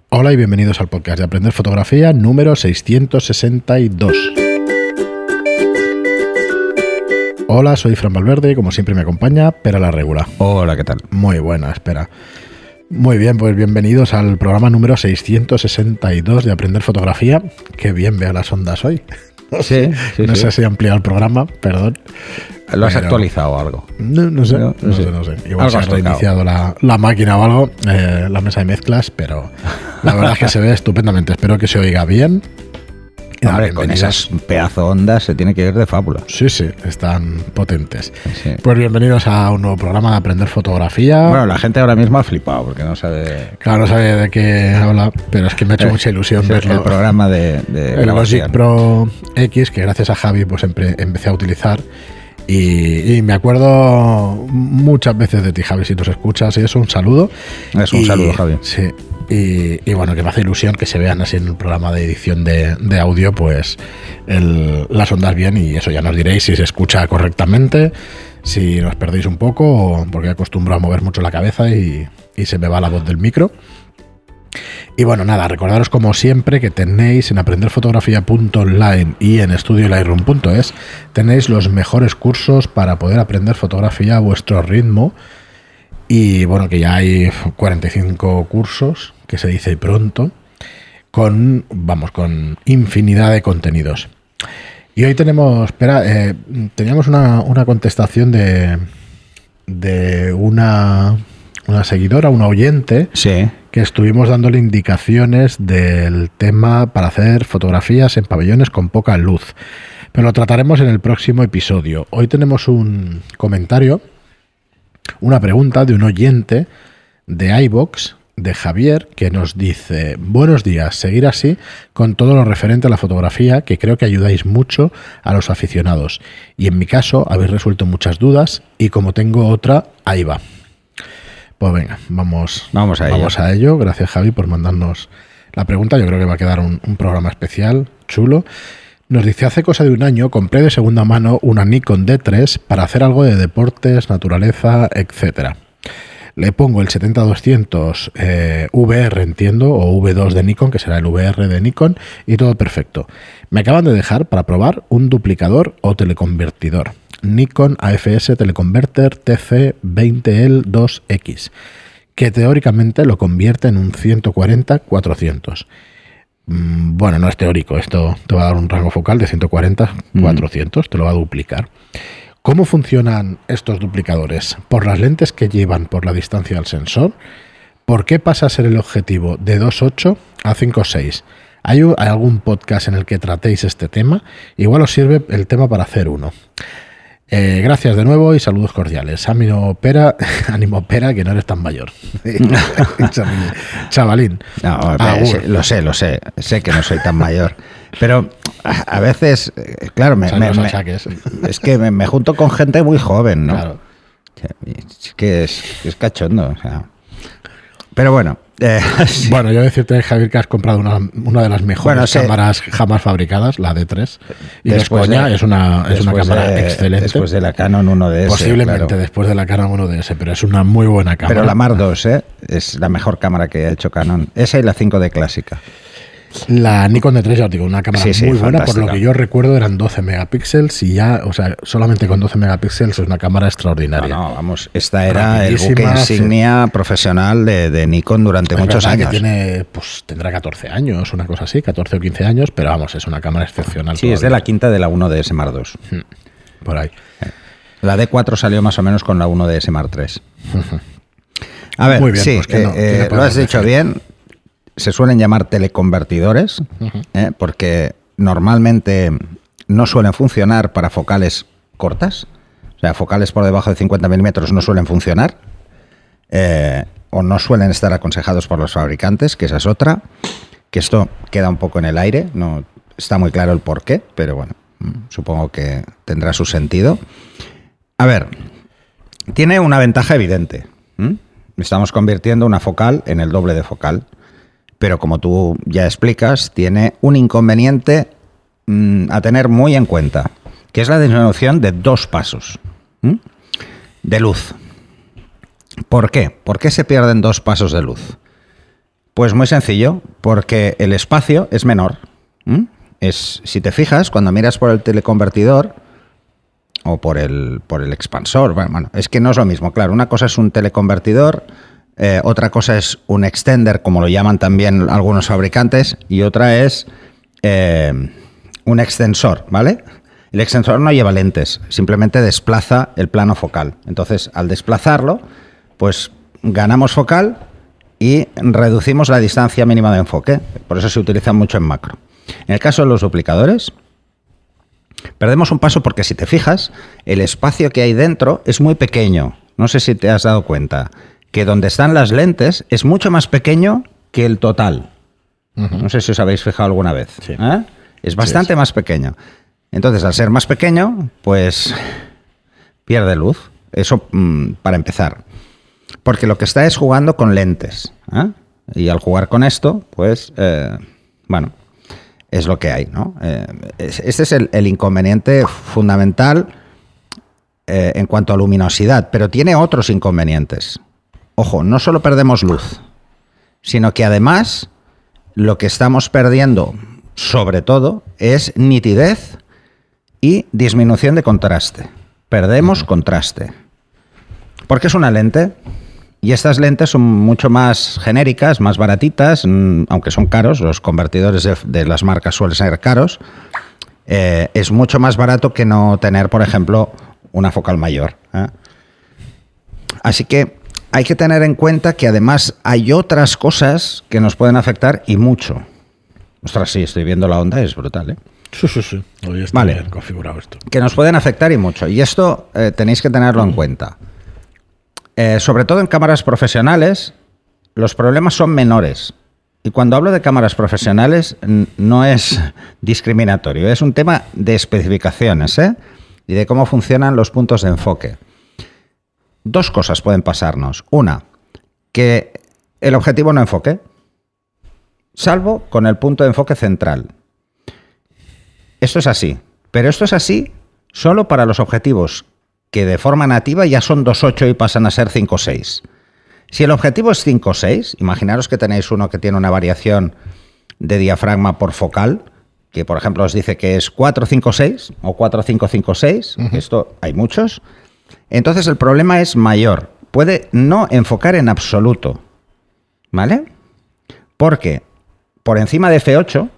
Hola y bienvenidos al podcast de Aprender Fotografía número 662. Hola, soy Fran Valverde y como siempre me acompaña Pera la Regula. Hola, ¿qué tal? Muy buena, espera. Muy bien, pues bienvenidos al programa número 662 de Aprender Fotografía. Qué bien veo las ondas hoy. No sé si he ampliado el programa, perdón. ¿Lo has actualizado o algo? No sé. Igual se ha reiniciado la máquina o algo, la mesa de mezclas, pero la verdad es que se ve estupendamente. Espero que se oiga bien. Hombre, con esas pedazo ondas se tiene que ir de fábula. Sí, están potentes. Sí. Pues bienvenidos a un nuevo programa de Aprender Fotografía. Bueno, la gente ahora mismo ha flipado porque no sabe... Claro, no sabe de qué habla, pero es que me ha hecho mucha ilusión verlo. El programa de el Logic Pro X, que gracias a Javi pues empecé a utilizar. Y me acuerdo muchas veces de ti, Javi, si nos escuchas, y eso, un saludo. Es un saludo, Javi. Sí. Y bueno, que me hace ilusión que se vean así en el programa de edición de audio, pues las ondas bien, y eso ya nos diréis si se escucha correctamente, si nos perdéis un poco, porque acostumbro a mover mucho la cabeza y se me va la voz del micro. Y bueno, nada, recordaros como siempre que tenéis en aprenderfotografía.online y en estudiolightroom.es tenéis los mejores cursos para poder aprender fotografía a vuestro ritmo. Y bueno, que ya hay 45 cursos, que se dice pronto, con infinidad de contenidos. Y hoy teníamos una contestación de una seguidora, una oyente, sí, que estuvimos dándole indicaciones del tema para hacer fotografías en pabellones con poca luz. Pero lo trataremos en el próximo episodio. Hoy tenemos un comentario, una pregunta de un oyente de iVoox, de Javier, que nos dice: buenos días, seguir así con todo lo referente a la fotografía, que creo que ayudáis mucho a los aficionados. Y en mi caso habéis resuelto muchas dudas, y como tengo otra, ahí va. Pues venga, vamos a ello. Gracias, Javi, por mandarnos la pregunta. Yo creo que va a quedar un programa especial, chulo. Nos dice: hace cosa de un año compré de segunda mano una Nikon D3 para hacer algo de deportes, naturaleza, etcétera. Le pongo el 70-200 VR, entiendo, o V2 de Nikon, que será el VR de Nikon, y todo perfecto. Me acaban de dejar para probar un duplicador o teleconvertidor. Nikon AFS Teleconverter TC20L2X, que teóricamente lo convierte en un 140-400. Bueno, no es teórico, esto te va a dar un rango focal de 140-400, te lo va a duplicar. ¿Cómo funcionan estos duplicadores? Por las lentes que llevan, por la distancia del sensor. ¿Por qué pasa a ser el objetivo de 2.8 a 5.6? ¿Hay algún podcast en el que tratéis este tema? Igual os sirve el tema para hacer uno. Gracias de nuevo y saludos cordiales. Ánimo Pera, que no eres tan mayor. Chavalín. No, lo sé que no soy tan mayor. Pero a veces, claro, es que me junto con gente muy joven, ¿no? Claro. Es que es cachondo, o sea. Pero bueno. Sí. Bueno, yo decirte, Javier, que has comprado una de las mejores cámaras jamás fabricadas, la D3. Y es una cámara excelente. Después de la Canon 1DS. Posiblemente claro. Después de la Canon 1DS, pero es una muy buena cámara. Pero la Mark II es la mejor cámara que ha hecho Canon. Esa y la 5D clásica. La Nikon D3, ya os digo, una cámara muy buena, fantástica. Por lo que yo recuerdo eran 12 megapíxeles y ya, o sea, solamente con 12 megapíxeles es una cámara extraordinaria. No, vamos, esta era el buque insignia profesional de Nikon durante muchos años. Que tiene, pues tendrá 14 años, una cosa así, 14 o 15 años, pero vamos, es una cámara excepcional. Sí, todavía. Es de la quinta de la 1DS Mark II. Por ahí. La D4 salió más o menos con la 1DS Mark III. A ver, muy bien, sí, pues lo has dicho bien. Se suelen llamar teleconvertidores, porque normalmente no suelen funcionar para focales cortas. O sea, focales por debajo de 50 milímetros no suelen funcionar. O no suelen estar aconsejados por los fabricantes, que esa es otra. Que esto queda un poco en el aire. No está muy claro el por qué, pero bueno, supongo que tendrá su sentido. A ver, tiene una ventaja evidente. Estamos convirtiendo una focal en el doble de focal. Pero como tú ya explicas, tiene un inconveniente a tener muy en cuenta, que es la disminución de 2 pasos de luz. ¿Por qué? ¿Por qué se pierden 2 pasos de luz? Pues muy sencillo, porque el espacio es menor. Si te fijas, cuando miras por el teleconvertidor o por el expansor, bueno, es que no es lo mismo. Claro, una cosa es un teleconvertidor, otra cosa es un extender, como lo llaman también algunos fabricantes, y otra es un extensor, ¿vale? El extensor no lleva lentes, simplemente desplaza el plano focal. Entonces, al desplazarlo, pues ganamos focal y reducimos la distancia mínima de enfoque. Por eso se utiliza mucho en macro. En el caso de los duplicadores, perdemos un paso porque, si te fijas, el espacio que hay dentro es muy pequeño. No sé si te has dado cuenta que donde están las lentes es mucho más pequeño que el total. No sé si os habéis fijado alguna vez. Sí. Es bastante más pequeño. Entonces, al ser más pequeño, pues pierde luz. Eso para empezar. Porque lo que está es jugando con lentes. Y al jugar con esto, pues, bueno, es lo que hay, ¿no? Este es el inconveniente fundamental en cuanto a luminosidad, pero tiene otros inconvenientes. Ojo, no solo perdemos luz, sino que además lo que estamos perdiendo, sobre todo, es nitidez y disminución de contraste. Perdemos contraste. Porque es una lente, y estas lentes son mucho más genéricas, más baratitas, aunque son caros. Los convertidores de las marcas suelen ser caros. Es mucho más barato que no tener, por ejemplo, una focal mayor. Así que hay que tener en cuenta que además hay otras cosas que nos pueden afectar, y mucho. Ostras, sí, estoy viendo la onda, es brutal, ¿eh? Sí. Hoy está bien configurado esto. Que nos pueden afectar y mucho. Y esto tenéis que tenerlo en cuenta. Sobre todo en cámaras profesionales, los problemas son menores. Y cuando hablo de cámaras profesionales, no es discriminatorio, es un tema de especificaciones, y de cómo funcionan los puntos de enfoque. Dos cosas pueden pasarnos. Una, que el objetivo no enfoque, salvo con el punto de enfoque central. Esto es así, pero esto es así solo para los objetivos que de forma nativa ya son 2.8 y pasan a ser 5.6. Si el objetivo es 5.6, imaginaros que tenéis uno que tiene una variación de diafragma por focal, que por ejemplo os dice que es 4.5.6 o 4.5.5.6, esto hay muchos, entonces el problema es mayor. Puede no enfocar en absoluto, ¿vale? Porque por encima de F8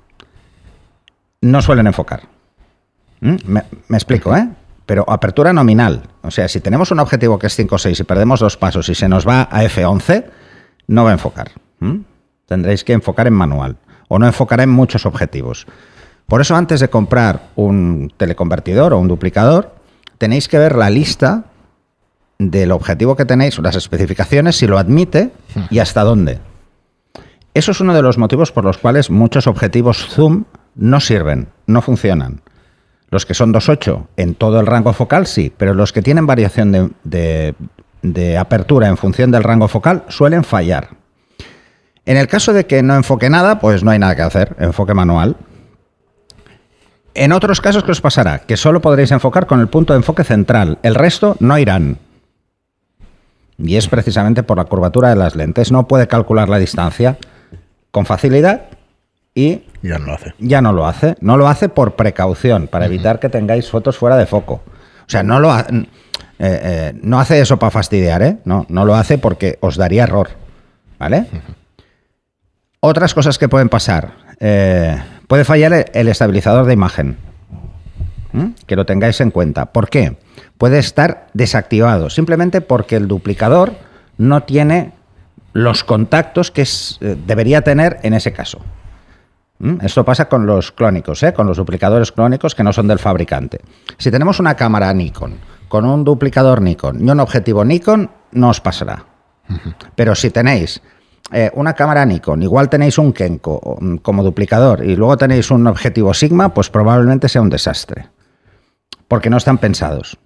no suelen enfocar. Me explico, ¿eh? Pero apertura nominal. O sea, si tenemos un objetivo que es 5.6 y perdemos 2 pasos y se nos va a F11, no va a enfocar. Tendréis que enfocar en manual o no enfocará en muchos objetivos. Por eso, antes de comprar un teleconvertidor o un duplicador, tenéis que ver la lista del objetivo que tenéis, las especificaciones, si lo admite y hasta dónde. Eso es uno de los motivos por los cuales muchos objetivos zoom no sirven, no funcionan. Los que son 2.8 en todo el rango focal sí, pero los que tienen variación de apertura en función del rango focal suelen fallar. En el caso de que no enfoque nada, pues no hay nada que hacer, enfoque manual. En otros casos, ¿qué os pasará? Que solo podréis enfocar con el punto de enfoque central, el resto no irán. Y es precisamente por la curvatura de las lentes, no puede calcular la distancia con facilidad. Y ya no lo hace. Ya no lo hace. No lo hace por precaución, para evitar que tengáis fotos fuera de foco. O sea, no hace eso para fastidiar, ¿eh? No lo hace porque os daría error, ¿vale? Otras cosas que pueden pasar. Puede fallar el estabilizador de imagen. Que lo tengáis en cuenta. ¿Por qué? Puede estar desactivado, simplemente porque el duplicador no tiene los contactos que debería tener en ese caso. Esto pasa con los clónicos, con los duplicadores clónicos que no son del fabricante. Si tenemos una cámara Nikon con un duplicador Nikon y un objetivo Nikon, no os pasará. Pero si tenéis una cámara Nikon, igual tenéis un Kenko como duplicador y luego tenéis un objetivo Sigma, pues probablemente sea un desastre. Porque no están pensados.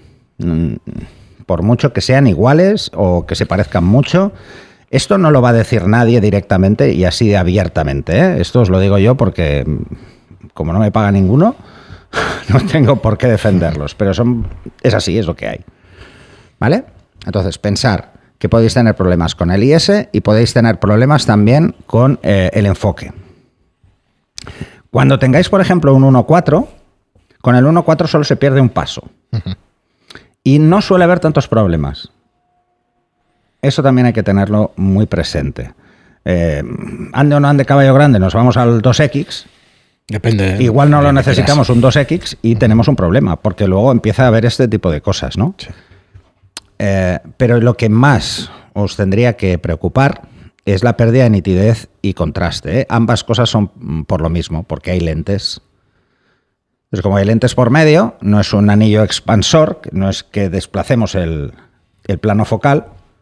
Por mucho que sean iguales o que se parezcan mucho. Esto no lo va a decir nadie directamente y así de abiertamente, ¿eh? Esto os lo digo yo porque, como no me paga ninguno, no tengo por qué defenderlos. Pero es así, es lo que hay. ¿Vale? Entonces, pensar que podéis tener problemas con el IS y podéis tener problemas también con el enfoque. Cuando tengáis, por ejemplo, un 1.4, con el 1.4 solo se pierde un paso. Y no suele haber tantos problemas. Eso también hay que tenerlo muy presente. Ande o no ande caballo grande, nos vamos al 2X. Depende. Igual no lo necesitamos un 2X y tenemos un problema, porque luego empieza a haber este tipo de cosas, ¿no? Sí. Pero lo que más os tendría que preocupar es la pérdida de nitidez y contraste. Ambas cosas son por lo mismo, porque hay lentes. Entonces, como hay lentes por medio, no es un anillo expansor, no es que desplacemos el plano focal,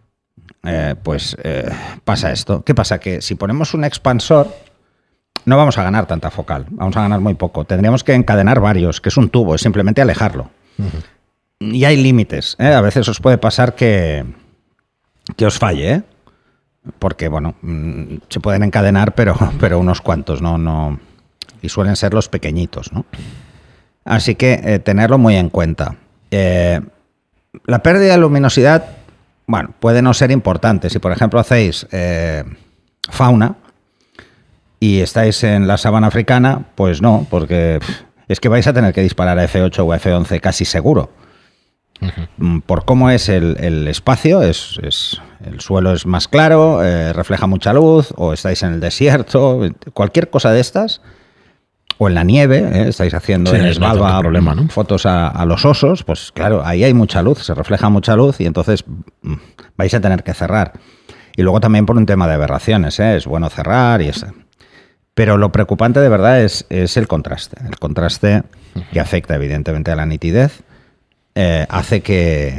pasa esto. ¿Qué pasa? Que si ponemos un expansor, no vamos a ganar tanta focal, vamos a ganar muy poco. Tendríamos que encadenar varios, que es un tubo, es simplemente alejarlo. Y hay límites. A veces os puede pasar que os falle, porque, bueno, se pueden encadenar, pero unos cuantos, no, y suelen ser los pequeñitos, ¿no? Así que tenerlo muy en cuenta. La pérdida de luminosidad, bueno, puede no ser importante. Si, por ejemplo, hacéis fauna y estáis en la sabana africana, pues no, porque es que vais a tener que disparar a F8 o a F11 casi seguro. Por cómo es el espacio, el suelo es más claro, refleja mucha luz, o estáis en el desierto, cualquier cosa de estas, o en la nieve, estáis haciendo en Svalbard problema, ¿no? Fotos a los osos, pues claro, ahí hay mucha luz, se refleja mucha luz y entonces vais a tener que cerrar. Y luego también por un tema de aberraciones, es bueno cerrar y eso. Pero lo preocupante de verdad es el contraste que afecta evidentemente a la nitidez. Hace que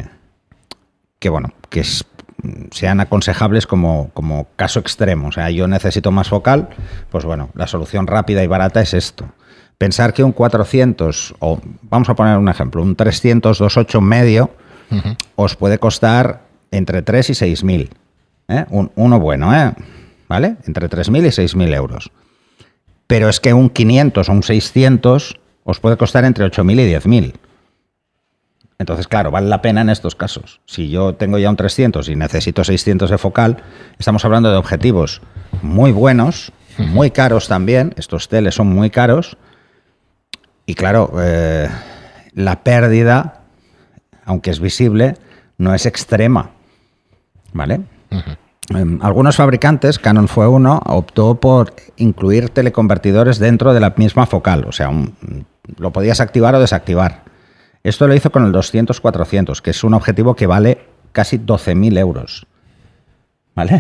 sean aconsejables como caso extremo. O sea, yo necesito más focal, pues bueno, la solución rápida y barata es esto. Pensar que un 400, o vamos a poner un ejemplo, un 300 2.8 medio, os puede costar entre 3 y 6.000. Uno bueno, ¿vale? Entre 3.000 y 6.000 euros. Pero es que un 500 o un 600 os puede costar entre 8.000 y 10.000. Entonces, claro, vale la pena en estos casos. Si yo tengo ya un 300 y necesito 600 de focal, estamos hablando de objetivos muy buenos, muy caros también. Estos teles son muy caros. Y claro, la pérdida, aunque es visible, no es extrema. ¿Vale? Algunos fabricantes, Canon fue uno, optó por incluir teleconvertidores dentro de la misma focal. O sea, lo podías activar o desactivar. Esto lo hizo con el 200-400, que es un objetivo que vale casi 12.000 euros. ¿Vale?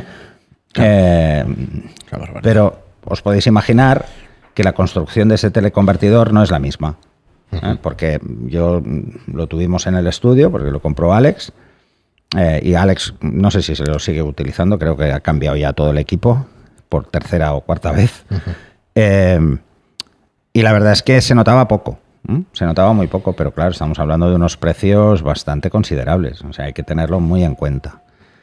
Pero os podéis imaginar que la construcción de ese teleconvertidor no es la misma. Porque yo lo tuvimos en el estudio, porque lo compró Alex, y Alex no sé si se lo sigue utilizando, creo que ha cambiado ya todo el equipo por tercera o cuarta vez. Y la verdad es que se notaba poco. Se notaba muy poco, pero claro, estamos hablando de unos precios bastante considerables. O sea, hay que tenerlo muy en cuenta.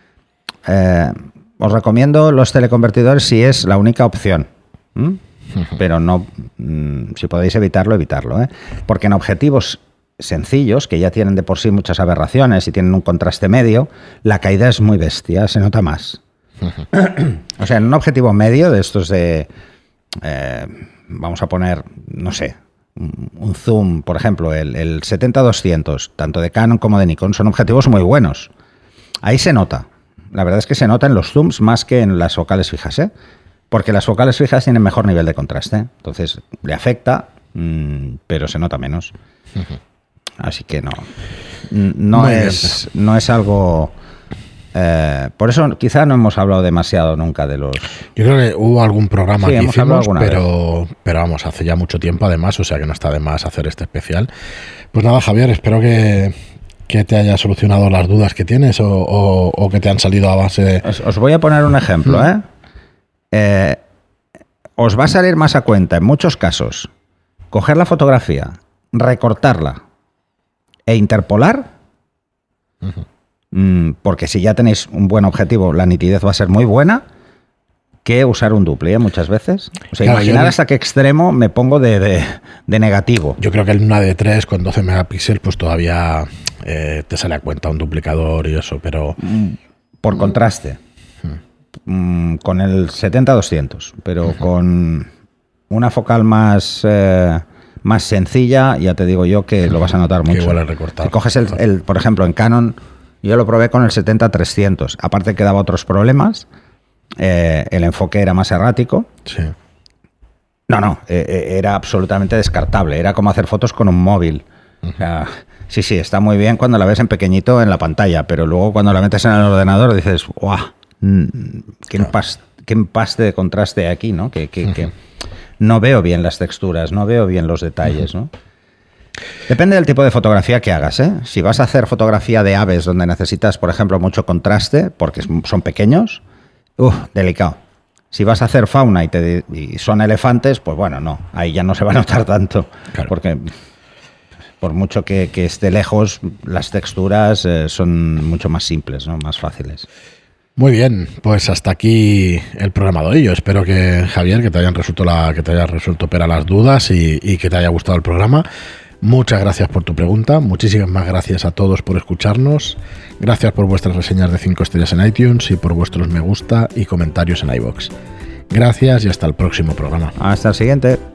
Os recomiendo los teleconvertidores si es la única opción. Pero no, si podéis evitarlo, evitarlo. Porque en objetivos sencillos, que ya tienen de por sí muchas aberraciones y tienen un contraste medio, la caída es muy bestia, se nota más. O sea, en un objetivo medio de estos de... vamos a poner, no sé, un zoom, por ejemplo, el 70-200, tanto de Canon como de Nikon, son objetivos muy buenos. Ahí se nota. La verdad es que se nota en los zooms más que en las focales fijas, porque las focales fijas tienen mejor nivel de contraste. Entonces, le afecta, pero se nota menos. Así que no es algo... por eso quizá no hemos hablado demasiado nunca de los... Yo creo que hubo algún programa que hicimos, pero vamos, hace ya mucho tiempo además, o sea que no está de más hacer este especial. Pues nada, Javier, espero que te haya solucionado las dudas que tienes o que te han salido a base de... Os voy a poner un ejemplo, os va a salir más a cuenta en muchos casos coger la fotografía, recortarla e interpolar, porque si ya tenéis un buen objetivo, la nitidez va a ser muy buena, que usar un duple muchas veces. O sea, claro, imaginar hasta qué extremo me pongo de negativo. Yo creo que en una de 3 con 12 megapíxeles pues todavía te sale a cuenta un duplicador y eso, pero... por contraste. Con el 70-200, pero con una focal más sencilla, ya te digo yo que lo vas a notar mucho. Igual es recortar. Si coges por ejemplo, en Canon, yo lo probé con el 70-300. Aparte que daba otros problemas, el enfoque era más errático. Sí. No, era absolutamente descartable. Era como hacer fotos con un móvil. O sea, sí, está muy bien cuando la ves en pequeñito en la pantalla, pero luego cuando la metes en el ordenador dices, ¡guau! Qué empaste de contraste aquí, ¿no? Que no veo bien las texturas, no veo bien los detalles, ¿no? Depende del tipo de fotografía que hagas, ¿eh? Si vas a hacer fotografía de aves donde necesitas, por ejemplo, mucho contraste, porque son pequeños, delicado. Si vas a hacer fauna y son elefantes, pues bueno, no, ahí ya no se va a notar tanto, claro. Porque por mucho que esté lejos, las texturas son mucho más simples, ¿no? Más fáciles. Muy bien, pues hasta aquí el programa de hoy. Yo espero que, Javier, que te hayan resuelto pera las dudas y que te haya gustado el programa. Muchas gracias por tu pregunta, muchísimas gracias a todos por escucharnos, gracias por vuestras reseñas de 5 estrellas en iTunes y por vuestros me gusta y comentarios en iVoox. Gracias y hasta el próximo programa. Hasta el siguiente.